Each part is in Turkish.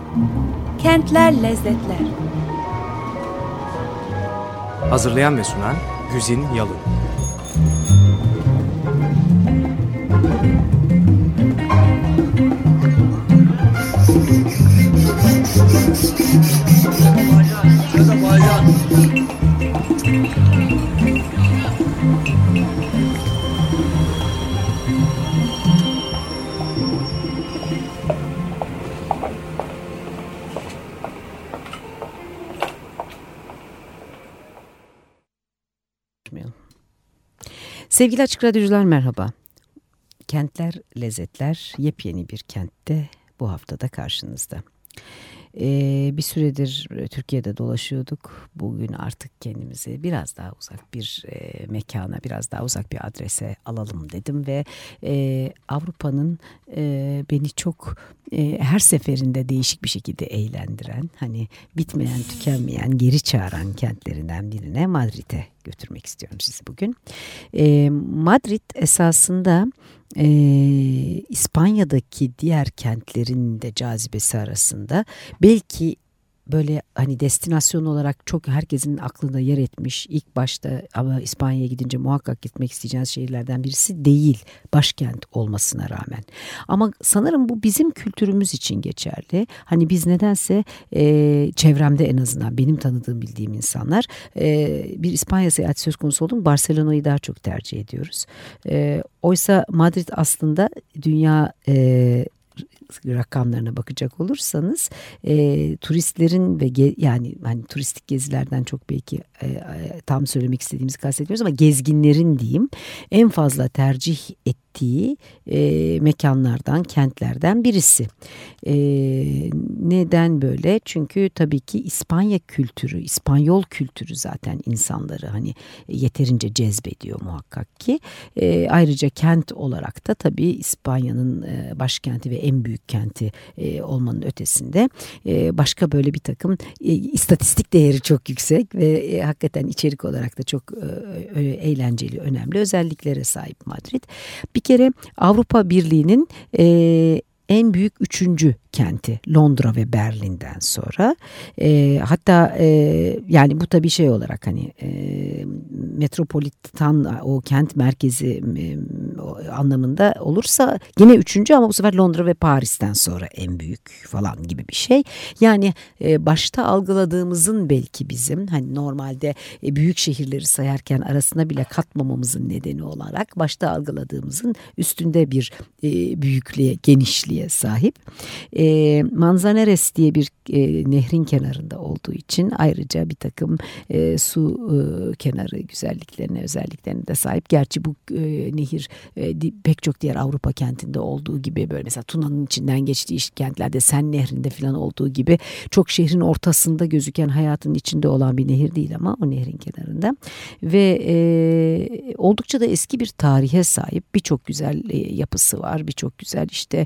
Kentler Lezzetler. Hazırlayan ve sunan Güzin Yalın. Sevgili Açık Radyocular merhaba. Kentler Lezzetler yepyeni bir kentte bu haftada karşınızda. Bir süredir Türkiye'de dolaşıyorduk. Bugün artık kendimizi biraz daha uzak bir mekana, biraz daha uzak bir adrese alalım dedim ve Avrupa'nın beni çok her seferinde değişik bir şekilde eğlendiren, hani bitmeyen, tükenmeyen, geri çağıran kentlerinden birine, Madrid'e götürmek istiyorum sizi bugün. Madrid esasında İspanya'daki diğer kentlerin de cazibesi arasında belki böyle hani destinasyon olarak çok herkesin aklında yer etmiş ilk başta, ama İspanya'ya gidince muhakkak gitmek isteyeceğiniz şehirlerden birisi değil, başkent olmasına rağmen. Ama sanırım bu bizim kültürümüz için geçerli. Hani biz nedense çevremde, en azından benim tanıdığım, bildiğim insanlar, bir İspanya seyahati söz konusu oldu mu Barcelona'yı daha çok tercih ediyoruz. Oysa Madrid aslında dünya rakamlarına bakacak olursanız turistlerin ve yani hani turistik gezilerden çok belki tam söylemek istediğimizi kastediyoruz ama gezginlerin diyeyim en fazla tercih ettiği mekanlardan, kentlerden birisi. Neden böyle? Çünkü tabii ki İspanya kültürü, İspanyol kültürü zaten insanları hani yeterince cezbediyor muhakkak ki. Ayrıca kent olarak da tabii İspanya'nın başkenti ve en büyük kenti olmanın ötesinde başka böyle bir takım istatistik değeri çok yüksek ve hakikaten içerik olarak da çok eğlenceli, önemli özelliklere sahip Madrid. Bir kere Avrupa Birliği'nin en büyük üçüncü kenti Londra ve Berlin'den sonra. Hatta yani bu tabii şey olarak hani metropolitan o kent merkezi anlamında olursa yine üçüncü, ama bu sefer Londra ve Paris'ten sonra en büyük falan gibi bir şey. Yani başta algıladığımızın belki bizim hani normalde büyük şehirleri sayarken arasına bile katmamamızın nedeni olarak başta algıladığımızın üstünde bir büyüklüğe, genişliğe sahip. Manzanares diye bir nehrin kenarında olduğu için ayrıca bir takım su kenarı güzelliklerine, özelliklerine de sahip. Gerçi bu nehir pek çok diğer Avrupa kentinde olduğu gibi, böyle mesela Tuna'nın içinden geçtiği kentlerde Sen Nehri'nde falan olduğu gibi çok şehrin ortasında gözüken, hayatın içinde olan bir nehir değil, ama o nehrin kenarında ve oldukça da eski bir tarihe sahip, birçok güzel yapısı var, birçok güzel işte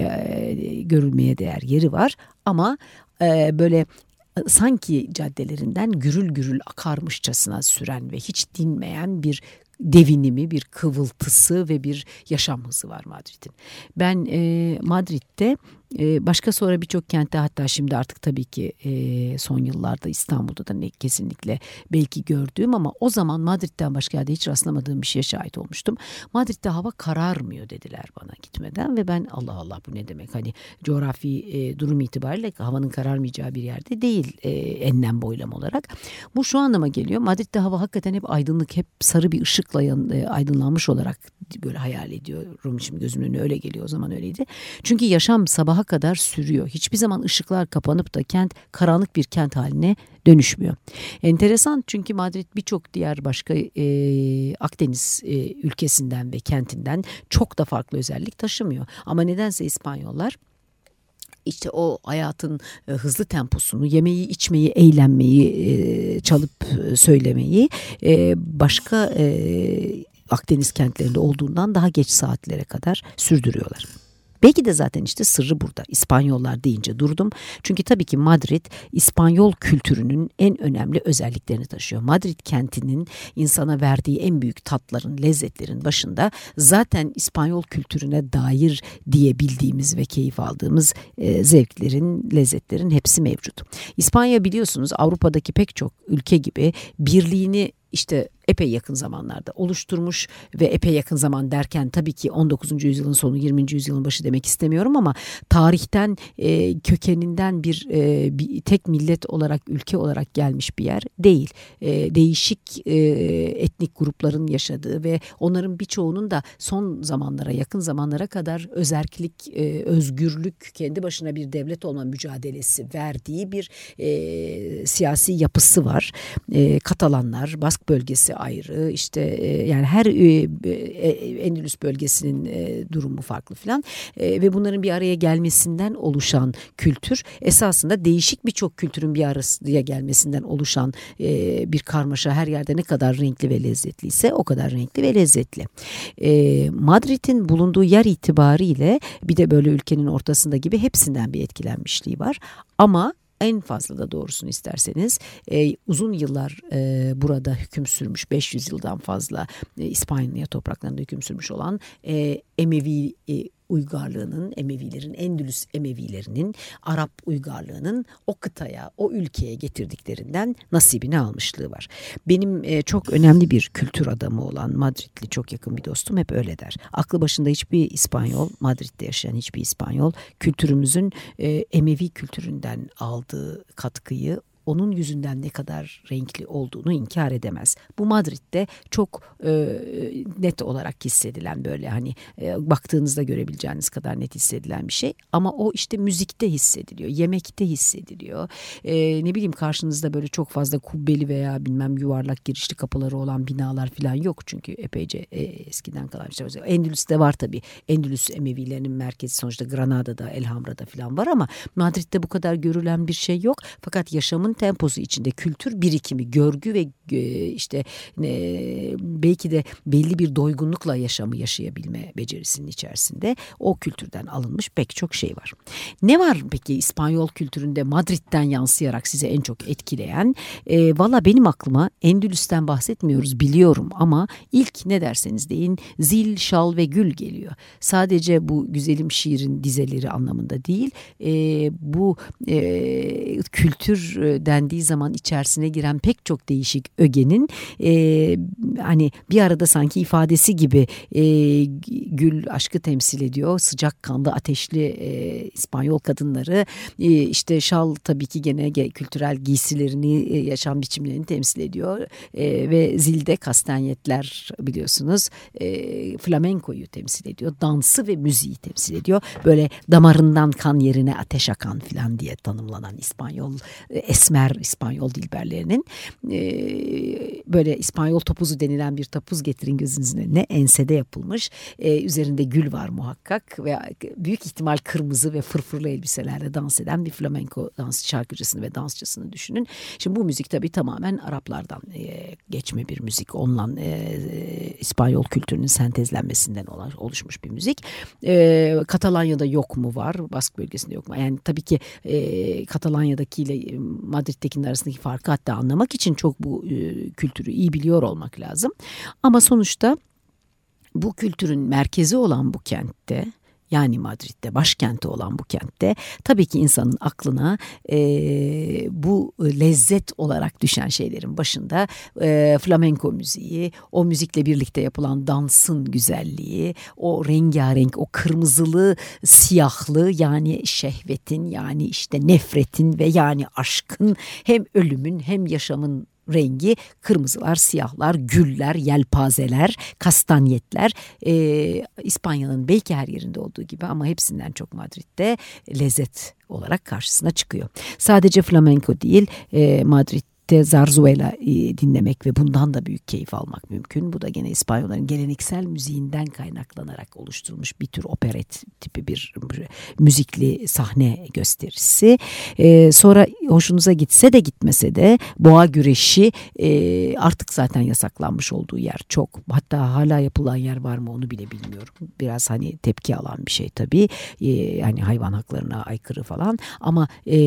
görülmeye değer yeri var, ama böyle sanki caddelerinden gürül gürül akarmışçasına süren ve hiç dinmeyen bir devinimi, bir kıvıltısı ve bir yaşam hızı var Madrid'in. Ben Madrid'de başka sonra birçok kentte, hatta şimdi artık tabii ki son yıllarda İstanbul'da da kesinlikle belki gördüğüm, ama o zaman Madrid'den başka yerde hiç rastlamadığım bir şeye şahit olmuştum. Madrid'de hava kararmıyor dediler bana gitmeden ve ben Allah Allah bu ne demek, hani coğrafi durum itibariyle havanın kararmayacağı bir yerde değil enlem boylam olarak. Bu şu anlama geliyor: Madrid'de hava hakikaten hep aydınlık, hep sarı bir ışıkla aydınlanmış olarak böyle hayal ediyorum. Şimdi gözümün önüne öyle geliyor, o zaman öyleydi. Çünkü yaşam sabaha kadar sürüyor. Hiçbir zaman ışıklar kapanıp da kent karanlık bir kent haline dönüşmüyor. Enteresan, çünkü Madrid birçok diğer başka Akdeniz ülkesinden ve kentinden çok da farklı özellik taşımıyor. Ama nedense İspanyollar İşte o hayatın hızlı temposunu, yemeği, içmeyi, eğlenmeyi, çalıp söylemeyi başka Akdeniz kentlerinde olduğundan daha geç saatlere kadar sürdürüyorlar. Belki de zaten işte sırrı burada. İspanyollar deyince durdum. Çünkü tabii ki Madrid İspanyol kültürünün en önemli özelliklerini taşıyor. Madrid kentinin insana verdiği en büyük tatların, lezzetlerin başında zaten İspanyol kültürüne dair diyebildiğimiz ve keyif aldığımız zevklerin, lezzetlerin hepsi mevcut. İspanya biliyorsunuz Avrupa'daki pek çok ülke gibi birliğini işte epey yakın zamanlarda oluşturmuş ve epey yakın zaman derken tabii ki 19. yüzyılın sonu 20. yüzyılın başı demek istemiyorum ama tarihten kökeninden bir tek millet olarak ülke olarak gelmiş bir yer değil. Değişik etnik grupların yaşadığı ve onların birçoğunun da son zamanlara yakın zamanlara kadar özerklik, özgürlük, kendi başına bir devlet olma mücadelesi verdiği bir siyasi yapısı var. Katalanlar, Bask bölgesi ayrı, işte yani her Endülüs bölgesinin durumu farklı filan ve bunların bir araya gelmesinden oluşan kültür esasında değişik birçok kültürün bir araya gelmesinden oluşan bir karmaşa, her yerde ne kadar renkli ve lezzetliyse o kadar renkli ve lezzetli. Madrid'in bulunduğu yer itibariyle bir de böyle ülkenin ortasında gibi hepsinden bir etkilenmişliği var ama en fazla da doğrusunu isterseniz uzun yıllar burada hüküm sürmüş, 500 yıldan fazla İspanya topraklarında hüküm sürmüş olan Emevi uygarlığının, Emevilerin, Endülüs Emevilerinin, Arap uygarlığının o kıtaya, o ülkeye getirdiklerinden nasibini almışlığı var. Benim çok önemli bir kültür adamı olan Madridli çok yakın bir dostum hep öyle der. Aklı başında hiçbir İspanyol, Madrid'de yaşayan hiçbir İspanyol kültürümüzün Emevi kültüründen aldığı katkıyı onun yüzünden ne kadar renkli olduğunu inkar edemez. Bu Madrid'de çok net olarak hissedilen, böyle hani baktığınızda görebileceğiniz kadar net hissedilen bir şey. Ama o işte müzikte hissediliyor, yemekte hissediliyor. Ne bileyim, karşınızda böyle çok fazla kubbeli veya bilmem yuvarlak girişli kapıları olan binalar falan yok. Çünkü epeyce eskiden kalan işte. Endülüs'te var tabii. Endülüs Emevilerinin merkezi sonuçta Granada'da, Elhamra'da falan var ama Madrid'de bu kadar görülen bir şey yok. Fakat yaşamın temposu içinde kültür birikimi, görgü ve işte belki de belli bir doygunlukla yaşamı yaşayabilme becerisinin içerisinde o kültürden alınmış pek çok şey var. Ne var peki İspanyol kültüründe Madrid'den yansıyarak size en çok etkileyen? Valla benim aklıma, Endülüs'ten bahsetmiyoruz biliyorum ama ilk ne derseniz deyin zil, şal ve gül geliyor. Sadece bu güzelim şiirin dizeleri anlamında değil, bu kültür dendiği zaman içerisine giren pek çok değişik ögenin hani bir arada sanki ifadesi gibi gül aşkı temsil ediyor. Sıcakkanlı, ateşli İspanyol kadınları, işte şal tabii ki gene kültürel giysilerini, yaşam biçimlerini temsil ediyor ve zilde kastanyetler biliyorsunuz flamenkoyu temsil ediyor. Dansı ve müziği temsil ediyor. Böyle damarından kan yerine ateş akan filan diye tanımlanan İspanyol esmer İspanyol dilberlerinin böyle İspanyol topuzu denilen bir topuz getirin gözünüzün önüne, ensede yapılmış, üzerinde gül var muhakkak ve büyük ihtimal kırmızı ve fırfırlı elbiselerle dans eden bir flamenko dans şarkıcısını ve dansçısını düşünün. Şimdi bu müzik tabii tamamen Araplardan geçme bir müzik. Onunla İspanyol kültürünün sentezlenmesinden oluşmuş bir müzik. Katalanya'da yok mu var? Bask bölgesinde yok mu? Yani tabii ki Katalanya'dakiyle Madrid'dekinin arasındaki farkı hatta anlamak için çok bu kültürü iyi biliyor olmak lazım. Ama sonuçta bu kültürün merkezi olan bu kentte, yani Madrid'de, başkenti olan bu kentte tabii ki insanın aklına bu lezzet olarak düşen şeylerin başında flamenko müziği, o müzikle birlikte yapılan dansın güzelliği, o rengarenk, o kırmızılı, siyahlı, yani şehvetin, yani işte nefretin ve yani aşkın, hem ölümün hem yaşamın rengi, kırmızılar, siyahlar, güller, yelpazeler, kastanyetler, İspanya'nın belki her yerinde olduğu gibi ama hepsinden çok Madrid'de lezzet olarak karşısına çıkıyor. Sadece flamenko değil, Madrid Madrid'de zarzuela dinlemek ve bundan da büyük keyif almak mümkün. Bu da gene İspanyolların geleneksel müziğinden kaynaklanarak oluşturulmuş bir tür operet tipi bir müzikli sahne gösterisi. Sonra hoşunuza gitse de gitmese de boğa güreşi artık zaten yasaklanmış olduğu yer çok. Hatta hala yapılan yer var mı onu bile bilmiyorum. Biraz hani tepki alan bir şey tabii. Yani hayvan haklarına aykırı falan. Ama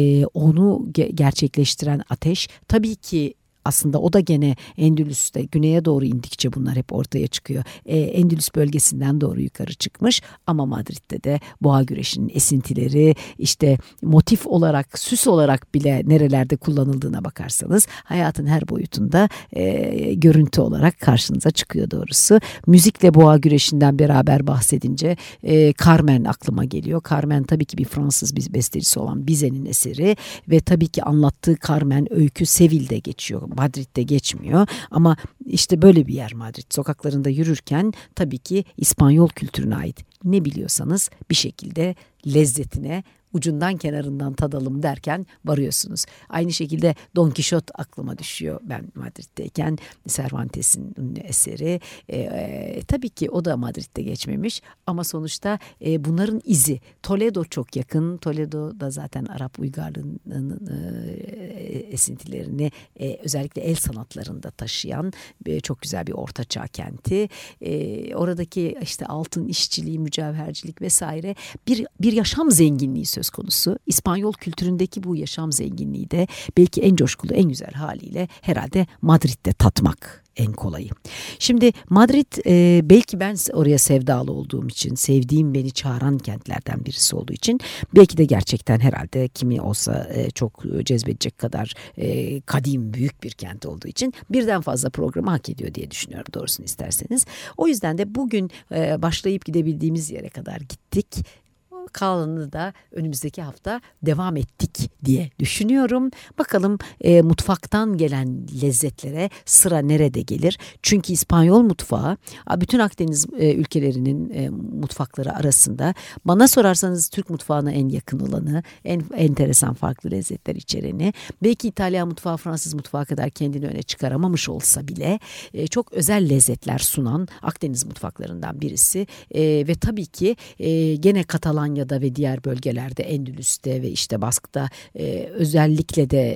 onu gerçekleştiren ateş tabii ki aslında o da gene Endülüs'te güneye doğru indikçe bunlar hep ortaya çıkıyor. Endülüs bölgesinden doğru yukarı çıkmış ama Madrid'de de boğa güreşinin esintileri işte motif olarak, süs olarak bile nerelerde kullanıldığına bakarsanız hayatın her boyutunda görüntü olarak karşınıza çıkıyor doğrusu. Müzikle boğa güreşinden beraber bahsedince Carmen aklıma geliyor. Carmen tabii ki bir Fransız bir bestecisi olan Bizet'in eseri ve tabii ki anlattığı Carmen öykü Seville'de geçiyor. Madrid'de geçmiyor ama işte böyle bir yer Madrid. Sokaklarında yürürken tabii ki İspanyol kültürüne ait ne biliyorsanız bir şekilde lezzetine ucundan kenarından tadalım derken varıyorsunuz. Aynı şekilde Don Quixote aklıma düşüyor ben Madrid'deyken. Cervantes'in ünlü eseri. Tabii ki o da Madrid'de geçmemiş ama sonuçta bunların izi. Toledo çok yakın. Toledo da zaten Arap uygarlığının esintilerini özellikle el sanatlarında taşıyan çok güzel bir ortaçağ kenti. Oradaki işte altın işçiliği, mücevhercilik vesaire bir yaşam zenginliği söz konusu. İspanyol kültüründeki bu yaşam zenginliği de belki en coşkulu, en güzel haliyle herhalde Madrid'de tatmak en kolayı. Şimdi Madrid belki ben oraya sevdalı olduğum için, sevdiğim beni çağıran kentlerden birisi olduğu için belki de gerçekten herhalde kimi olsa çok cezbedecek kadar kadim, büyük bir kent olduğu için birden fazla programı hak ediyor diye düşünüyorum doğrusunu isterseniz. O yüzden de bugün başlayıp gidebildiğimiz yere kadar gittik. Kalanını da önümüzdeki hafta devam ettik diye düşünüyorum. Bakalım mutfaktan gelen lezzetlere sıra nerede gelir? Çünkü İspanyol mutfağı bütün Akdeniz ülkelerinin mutfakları arasında bana sorarsanız Türk mutfağına en yakın olanı, en enteresan farklı lezzetler içereni, belki İtalyan mutfağı Fransız mutfağı kadar kendini öne çıkaramamış olsa bile çok özel lezzetler sunan Akdeniz mutfaklarından birisi ve tabii ki gene Katalanya'da ve diğer bölgelerde Endülüs'te ve işte Bask'ta özellikle de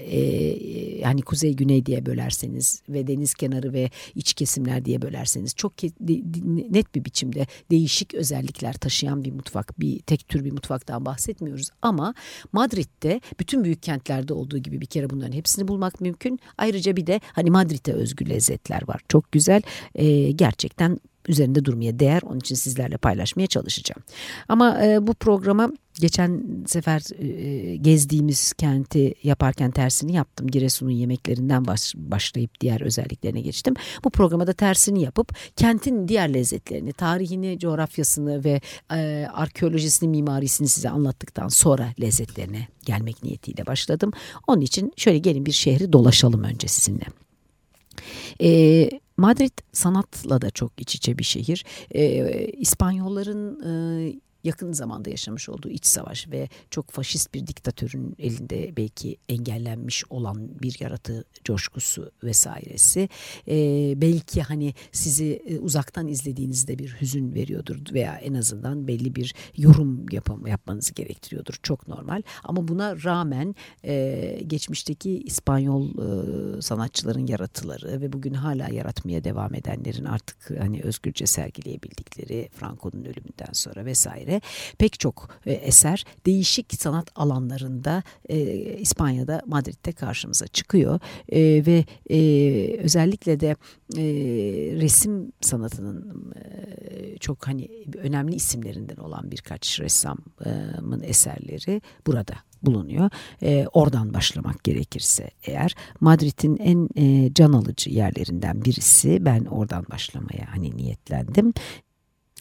hani kuzey güney diye bölerseniz ve deniz kenarı ve iç kesimler diye bölerseniz çok net bir biçimde değişik özellikler taşıyan bir mutfak, bir tek tür bir mutfaktan bahsetmiyoruz ama Madrid'de bütün büyük kentlerde olduğu gibi bir kere bunların hepsini bulmak mümkün. Ayrıca bir de hani Madrid'e özgü lezzetler var. Çok güzel, gerçekten üzerinde durmaya değer. Onun için sizlerle paylaşmaya çalışacağım. Ama bu programa geçen sefer gezdiğimiz kenti yaparken tersini yaptım. Giresun'un yemeklerinden başlayıp diğer özelliklerine geçtim. Bu programda tersini yapıp kentin diğer lezzetlerini, tarihini, coğrafyasını ve arkeolojisini, mimarisini size anlattıktan sonra lezzetlerine gelmek niyetiyle başladım. Onun için şöyle gelin bir şehri dolaşalım önce sizinle. Madrid sanatla da çok iç içe bir şehir. İspanyolların yakın zamanda yaşamış olduğu iç savaş ve çok faşist bir diktatörün elinde belki engellenmiş olan bir yaratı coşkusu vesairesi belki hani sizi uzaktan izlediğinizde bir hüzün veriyordur veya en azından belli bir yorum yapmanızı gerektiriyordur. Çok normal ama buna rağmen geçmişteki İspanyol sanatçıların yaratıları ve bugün hala yaratmaya devam edenlerin artık hani özgürce sergileyebildikleri Franco'nun ölümünden sonra vesaire pek çok eser değişik sanat alanlarında İspanya'da, Madrid'de karşımıza çıkıyor ve özellikle de resim sanatının çok hani önemli isimlerinden olan birkaç ressamın eserleri burada bulunuyor. Oradan başlamak gerekirse eğer Madrid'in en can alıcı yerlerinden birisi, ben oradan başlamaya hani niyetlendim.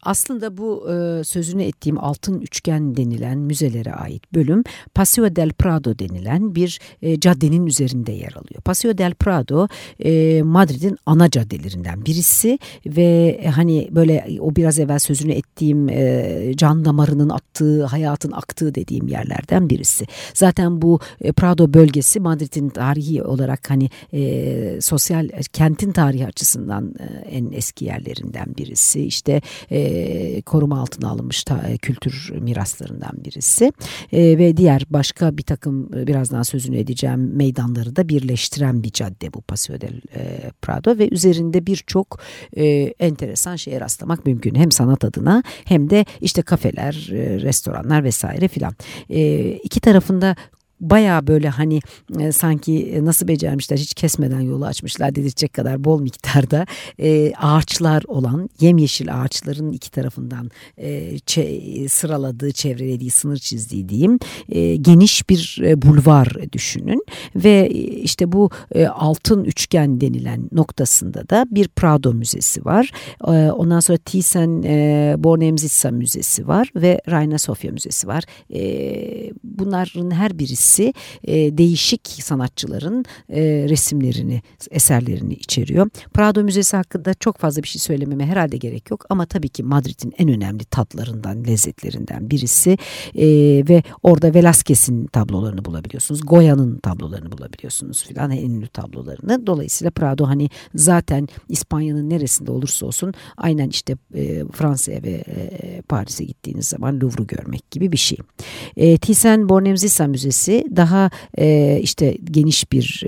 Aslında bu sözünü ettiğim altın üçgen denilen müzelere ait bölüm Paseo del Prado denilen bir caddenin üzerinde yer alıyor. Paseo del Prado Madrid'in ana caddelerinden birisi ve hani böyle o biraz evvel sözünü ettiğim can damarının attığı, hayatın aktığı dediğim yerlerden birisi. Zaten bu Prado bölgesi Madrid'in tarihi olarak hani sosyal kentin tarihi açısından en eski yerlerinden birisi. İşte koruma altına alınmış kültür miraslarından birisi ve diğer başka bir takım birazdan sözünü edeceğim meydanları da birleştiren bir cadde bu Paseo del Prado ve üzerinde birçok enteresan şeye rastlamak mümkün. Hem sanat adına hem de işte kafeler, restoranlar vesaire filan. İki tarafında bayağı böyle hani sanki nasıl becermişler, hiç kesmeden yolu açmışlar dedirtecek kadar bol miktarda ağaçlar olan, yemyeşil ağaçların iki tarafından sıraladığı, çevrelediği, sınır çizdiği diyeyim geniş bir bulvar düşünün ve işte bu altın üçgen denilen noktasında da bir Prado Müzesi var. Ondan sonra Thyssen-Bornemisza Müzesi var ve Reina Sofia Müzesi var. Bunların her birisi değişik sanatçıların resimlerini, eserlerini içeriyor. Prado Müzesi hakkında çok fazla bir şey söylememe herhalde gerek yok ama tabii ki Madrid'in en önemli tatlarından, lezzetlerinden birisi ve orada Velázquez'in tablolarını bulabiliyorsunuz, Goya'nın tablolarını bulabiliyorsunuz filan, en ünlü tablolarını. Dolayısıyla Prado hani zaten İspanya'nın neresinde olursa olsun aynen işte Fransa'ya ve Paris'e gittiğiniz zaman Louvre'u görmek gibi bir şey. Thyssen-Bornemisza Müzesi daha işte geniş bir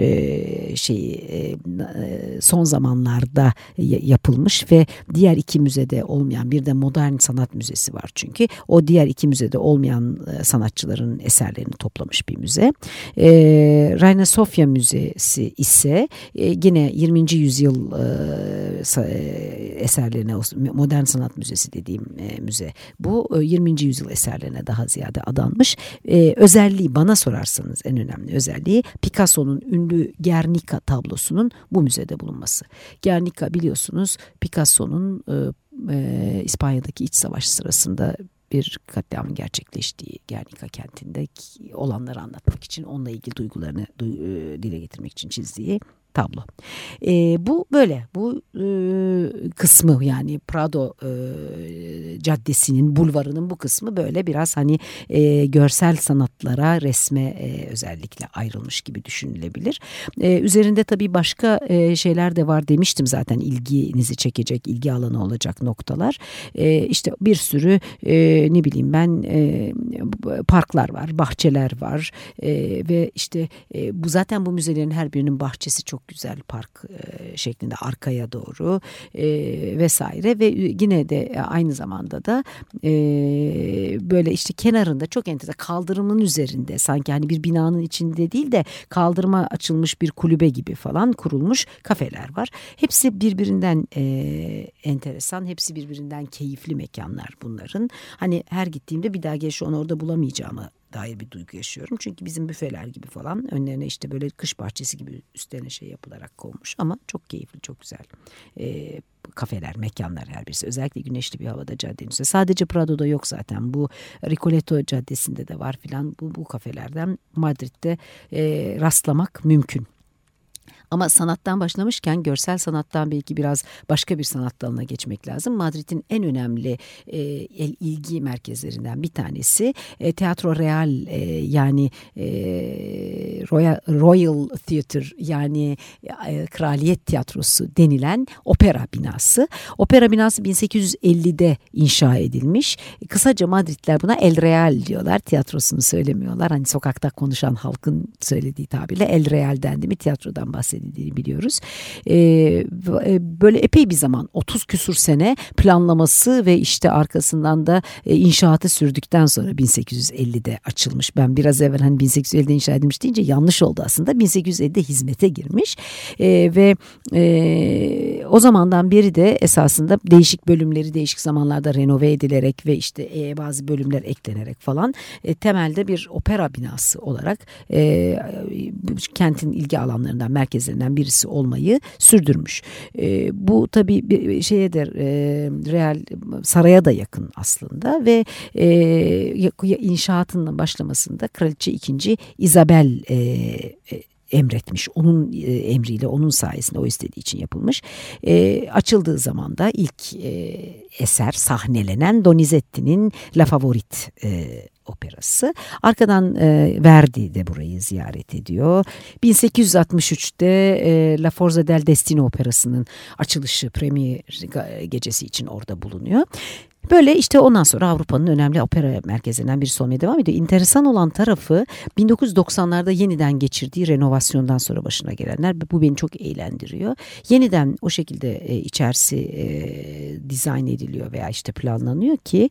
son zamanlarda yapılmış ve diğer iki müzede olmayan bir de modern sanat müzesi var çünkü o diğer iki müzede olmayan sanatçıların eserlerini toplamış bir müze. Reina Sofia Müzesi ise yine 20. yüzyıl eserlerine, modern sanat müzesi dediğim müze bu 20. yüzyıl eserlerine daha ziyade adanmış. Özelliği, bana sorarsanız en önemli özelliği Picasso'nun ünlü Guernica tablosunun bu müzede bulunması. Guernica biliyorsunuz Picasso'nun İspanya'daki iç savaş sırasında bir katliamın gerçekleştiği Guernica kentinde olanları anlatmak için, onunla ilgili duygularını dile getirmek için çizdiği tablo. Bu böyle, bu kısmı yani Prado caddesinin, bulvarının bu kısmı böyle biraz hani görsel sanatlara, resme özellikle ayrılmış gibi düşünülebilir. Üzerinde tabii başka şeyler de var demiştim zaten, ilginizi çekecek, ilgi alanı olacak noktalar. İşte bir sürü ne bileyim ben parklar var, bahçeler var ve işte bu zaten bu müzelerin her birinin bahçesi çok güzel, park şeklinde arkaya doğru vesaire ve yine de aynı zamanda da böyle işte kenarında çok enteresan, kaldırımın üzerinde sanki hani bir binanın içinde değil de kaldırıma açılmış bir kulübe gibi falan kurulmuş kafeler var. Hepsi birbirinden enteresan, hepsi birbirinden keyifli mekanlar bunların. Hani her gittiğimde bir daha onu orada bulamayacağımı dair bir duygu yaşıyorum. Çünkü bizim büfeler gibi falan önlerine işte böyle kış bahçesi gibi üstlerine şey yapılarak konmuş ama çok keyifli, çok güzel kafeler, mekanlar her birisi. Özellikle güneşli bir havada caddenin üstünde. Sadece Prado'da yok zaten. Bu Recoleto Caddesi'nde de var filan. Bu kafelerden Madrid'de rastlamak mümkün. Ama sanattan başlamışken görsel sanattan belki biraz başka bir sanat dalına geçmek lazım. Madrid'in en önemli ilgi merkezlerinden bir tanesi Teatro Real yani Royal Theatre yani Kraliyet Tiyatrosu denilen opera binası. Opera binası 1850'de inşa edilmiş. Kısaca Madridler buna El Real diyorlar. Tiyatrosunu söylemiyorlar. Hani sokakta konuşan halkın söylediği tabirle El Real dendi mi tiyatrodan bahsedildiğini biliyoruz. Böyle epey bir zaman, 30 küsur sene planlaması ve işte arkasından da inşaatı sürdükten sonra 1850'de açılmış. Ben biraz evvel hani 1850'de inşa edilmiş deyince yanlış oldu aslında. 1850'de hizmete girmiş ve o zamandan beri de esasında değişik bölümleri değişik zamanlarda renove edilerek ve işte bazı bölümler eklenerek falan temelde bir opera binası olarak kentin ilgi alanlarından, merkezlerinden merkezlerinden birisi olmayı sürdürmüş. Bu tabii bir şeye de Real Saray'a da yakın aslında ve inşaatının başlamasında Kraliçe 2. Isabel emretmiş. Onun emriyle, onun sayesinde, o istediği için yapılmış. Açıldığı zaman da ilk eser sahnelenen Donizetti'nin La Favorite operası. Arkadan Verdi de burayı ziyaret ediyor. 1863'te La Forza del Destino operasının açılışı, premier gecesi için orada bulunuyor. Böyle işte ondan sonra Avrupa'nın önemli opera merkezlerinden birisi olmaya devam ediyor. Enteresan olan tarafı 1990'larda yeniden geçirdiği renovasyondan sonra başına gelenler. Bu beni çok eğlendiriyor. Yeniden o şekilde içerisi dizayn ediliyor veya işte planlanıyor ki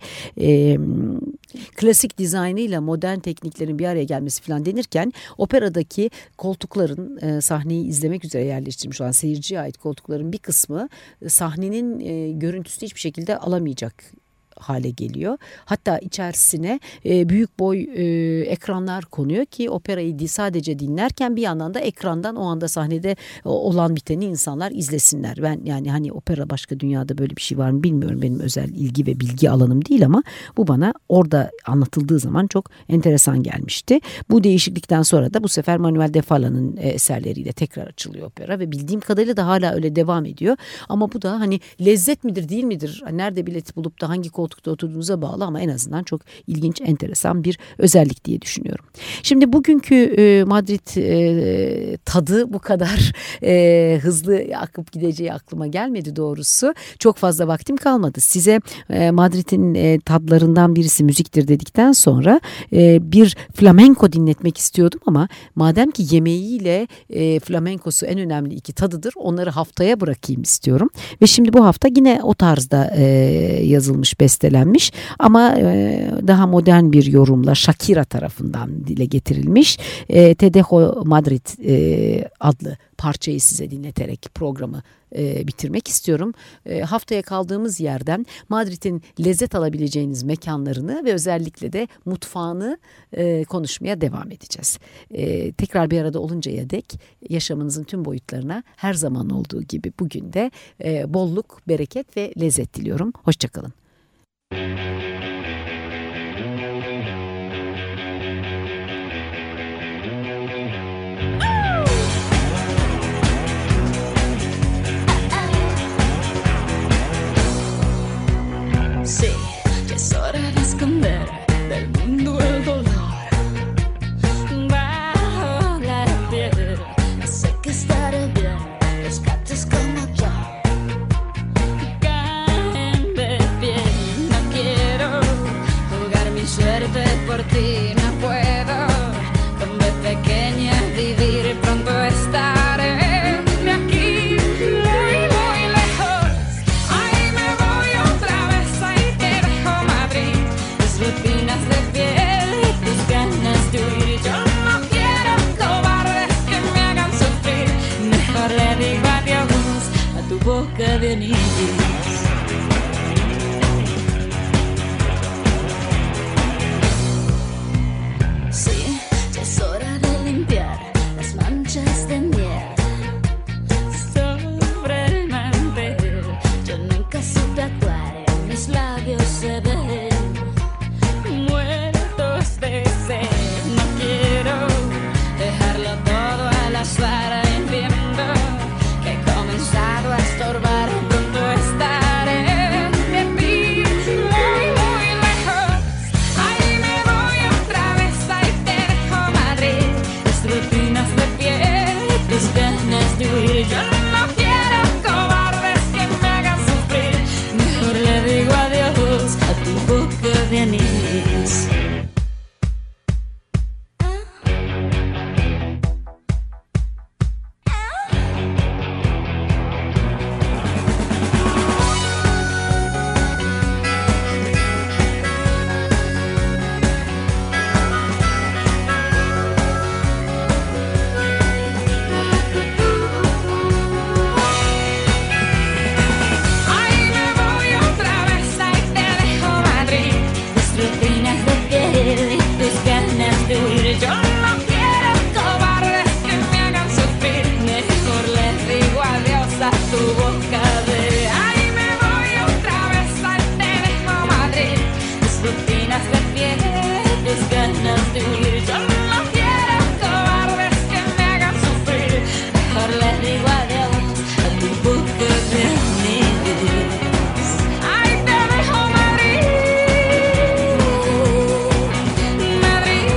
klasik dizaynıyla modern tekniklerin bir araya gelmesi falan denirken operadaki koltukların sahneyi izlemek üzere yerleştirilmiş olan seyirciye ait koltukların bir kısmı sahnenin görüntüsünü hiçbir şekilde alamayacak hale geliyor. Hatta içerisine büyük boy ekranlar konuyor ki operayı sadece dinlerken bir yandan da ekrandan o anda sahnede olan biteni insanlar izlesinler. Ben yani hani opera başka dünyada böyle bir şey var mı bilmiyorum. Benim özel ilgi ve bilgi alanım değil ama bu bana orada anlatıldığı zaman çok enteresan gelmişti. Bu değişiklikten sonra da bu sefer Manuel de Fala'nın eserleriyle tekrar açılıyor opera ve bildiğim kadarıyla da hala öyle devam ediyor. Ama bu da hani lezzet midir değil midir? Nerede bilet bulup da hangi koltukta oturduğunuza bağlı ama en azından çok ilginç, enteresan bir özellik diye düşünüyorum. Şimdi bugünkü Madrid tadı bu kadar hızlı akıp gideceği aklıma gelmedi doğrusu. Çok fazla vaktim kalmadı. Size Madrid'in tadlarından birisi müziktir dedikten sonra bir flamenco dinletmek istiyordum ama madem ki yemeğiyle flamenkosu en önemli iki tadıdır, onları haftaya bırakayım istiyorum. Ve şimdi bu hafta yine o tarzda yazılmış, bestelenmiş ama daha modern bir yorumla Shakira tarafından dile getirilmiş Te Dejo Madrid adlı parçayı size dinleterek programı bitirmek istiyorum. Haftaya kaldığımız yerden Madrid'in lezzet alabileceğiniz mekanlarını ve özellikle de mutfağını konuşmaya devam edeceğiz. Tekrar bir arada oluncaya dek yaşamınızın tüm boyutlarına her zaman olduğu gibi bugün de bolluk, bereket ve lezzet diliyorum. Hoşçakalın. Sí, ya es hora de esconder del mundo el dolor bajo la piel. Sé que estaré bien, los gatos como yo caen de pie. No quiero jugar mi suerte por ti, no puedo con B pequeña vivir, pronto estaré. Espinas de piel y tus ganas de huir. Yo no quiero cobardes que me hagan sufrir. Mejor le digo adiós a tu boca de anillos. Sí, ya es hora de limpiar las manchas de miel sobre el mantel. Yo nunca supe actuar, mis labios se ven muertos de sed. No quiero dejarlo todo al azar, entiendo que he comenzado a estorbar, pronto está destruir. Yo no quiero cobardes que me hagan sufrir. Mejor le digo adiós a tu boca de anís. Ay, te dejo Madrid, Madrid.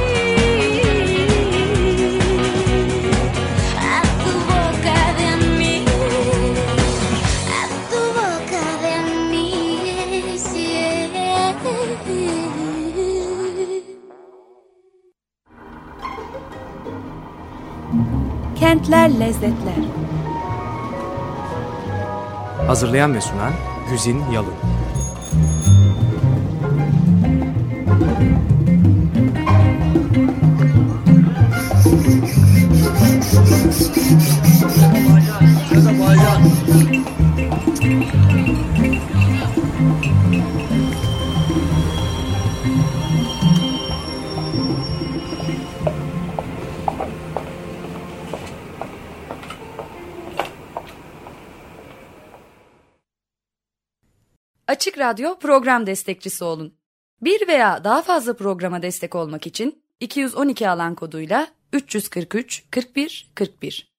A tu boca de anís, a tu boca de anís, yeah. Kentler Lezzetler. Hazırlayan ve sunan Güzin Yalın. Açık Radyo program destekçisi olun. Bir veya daha fazla programa destek olmak için 212 alan koduyla 343 41 41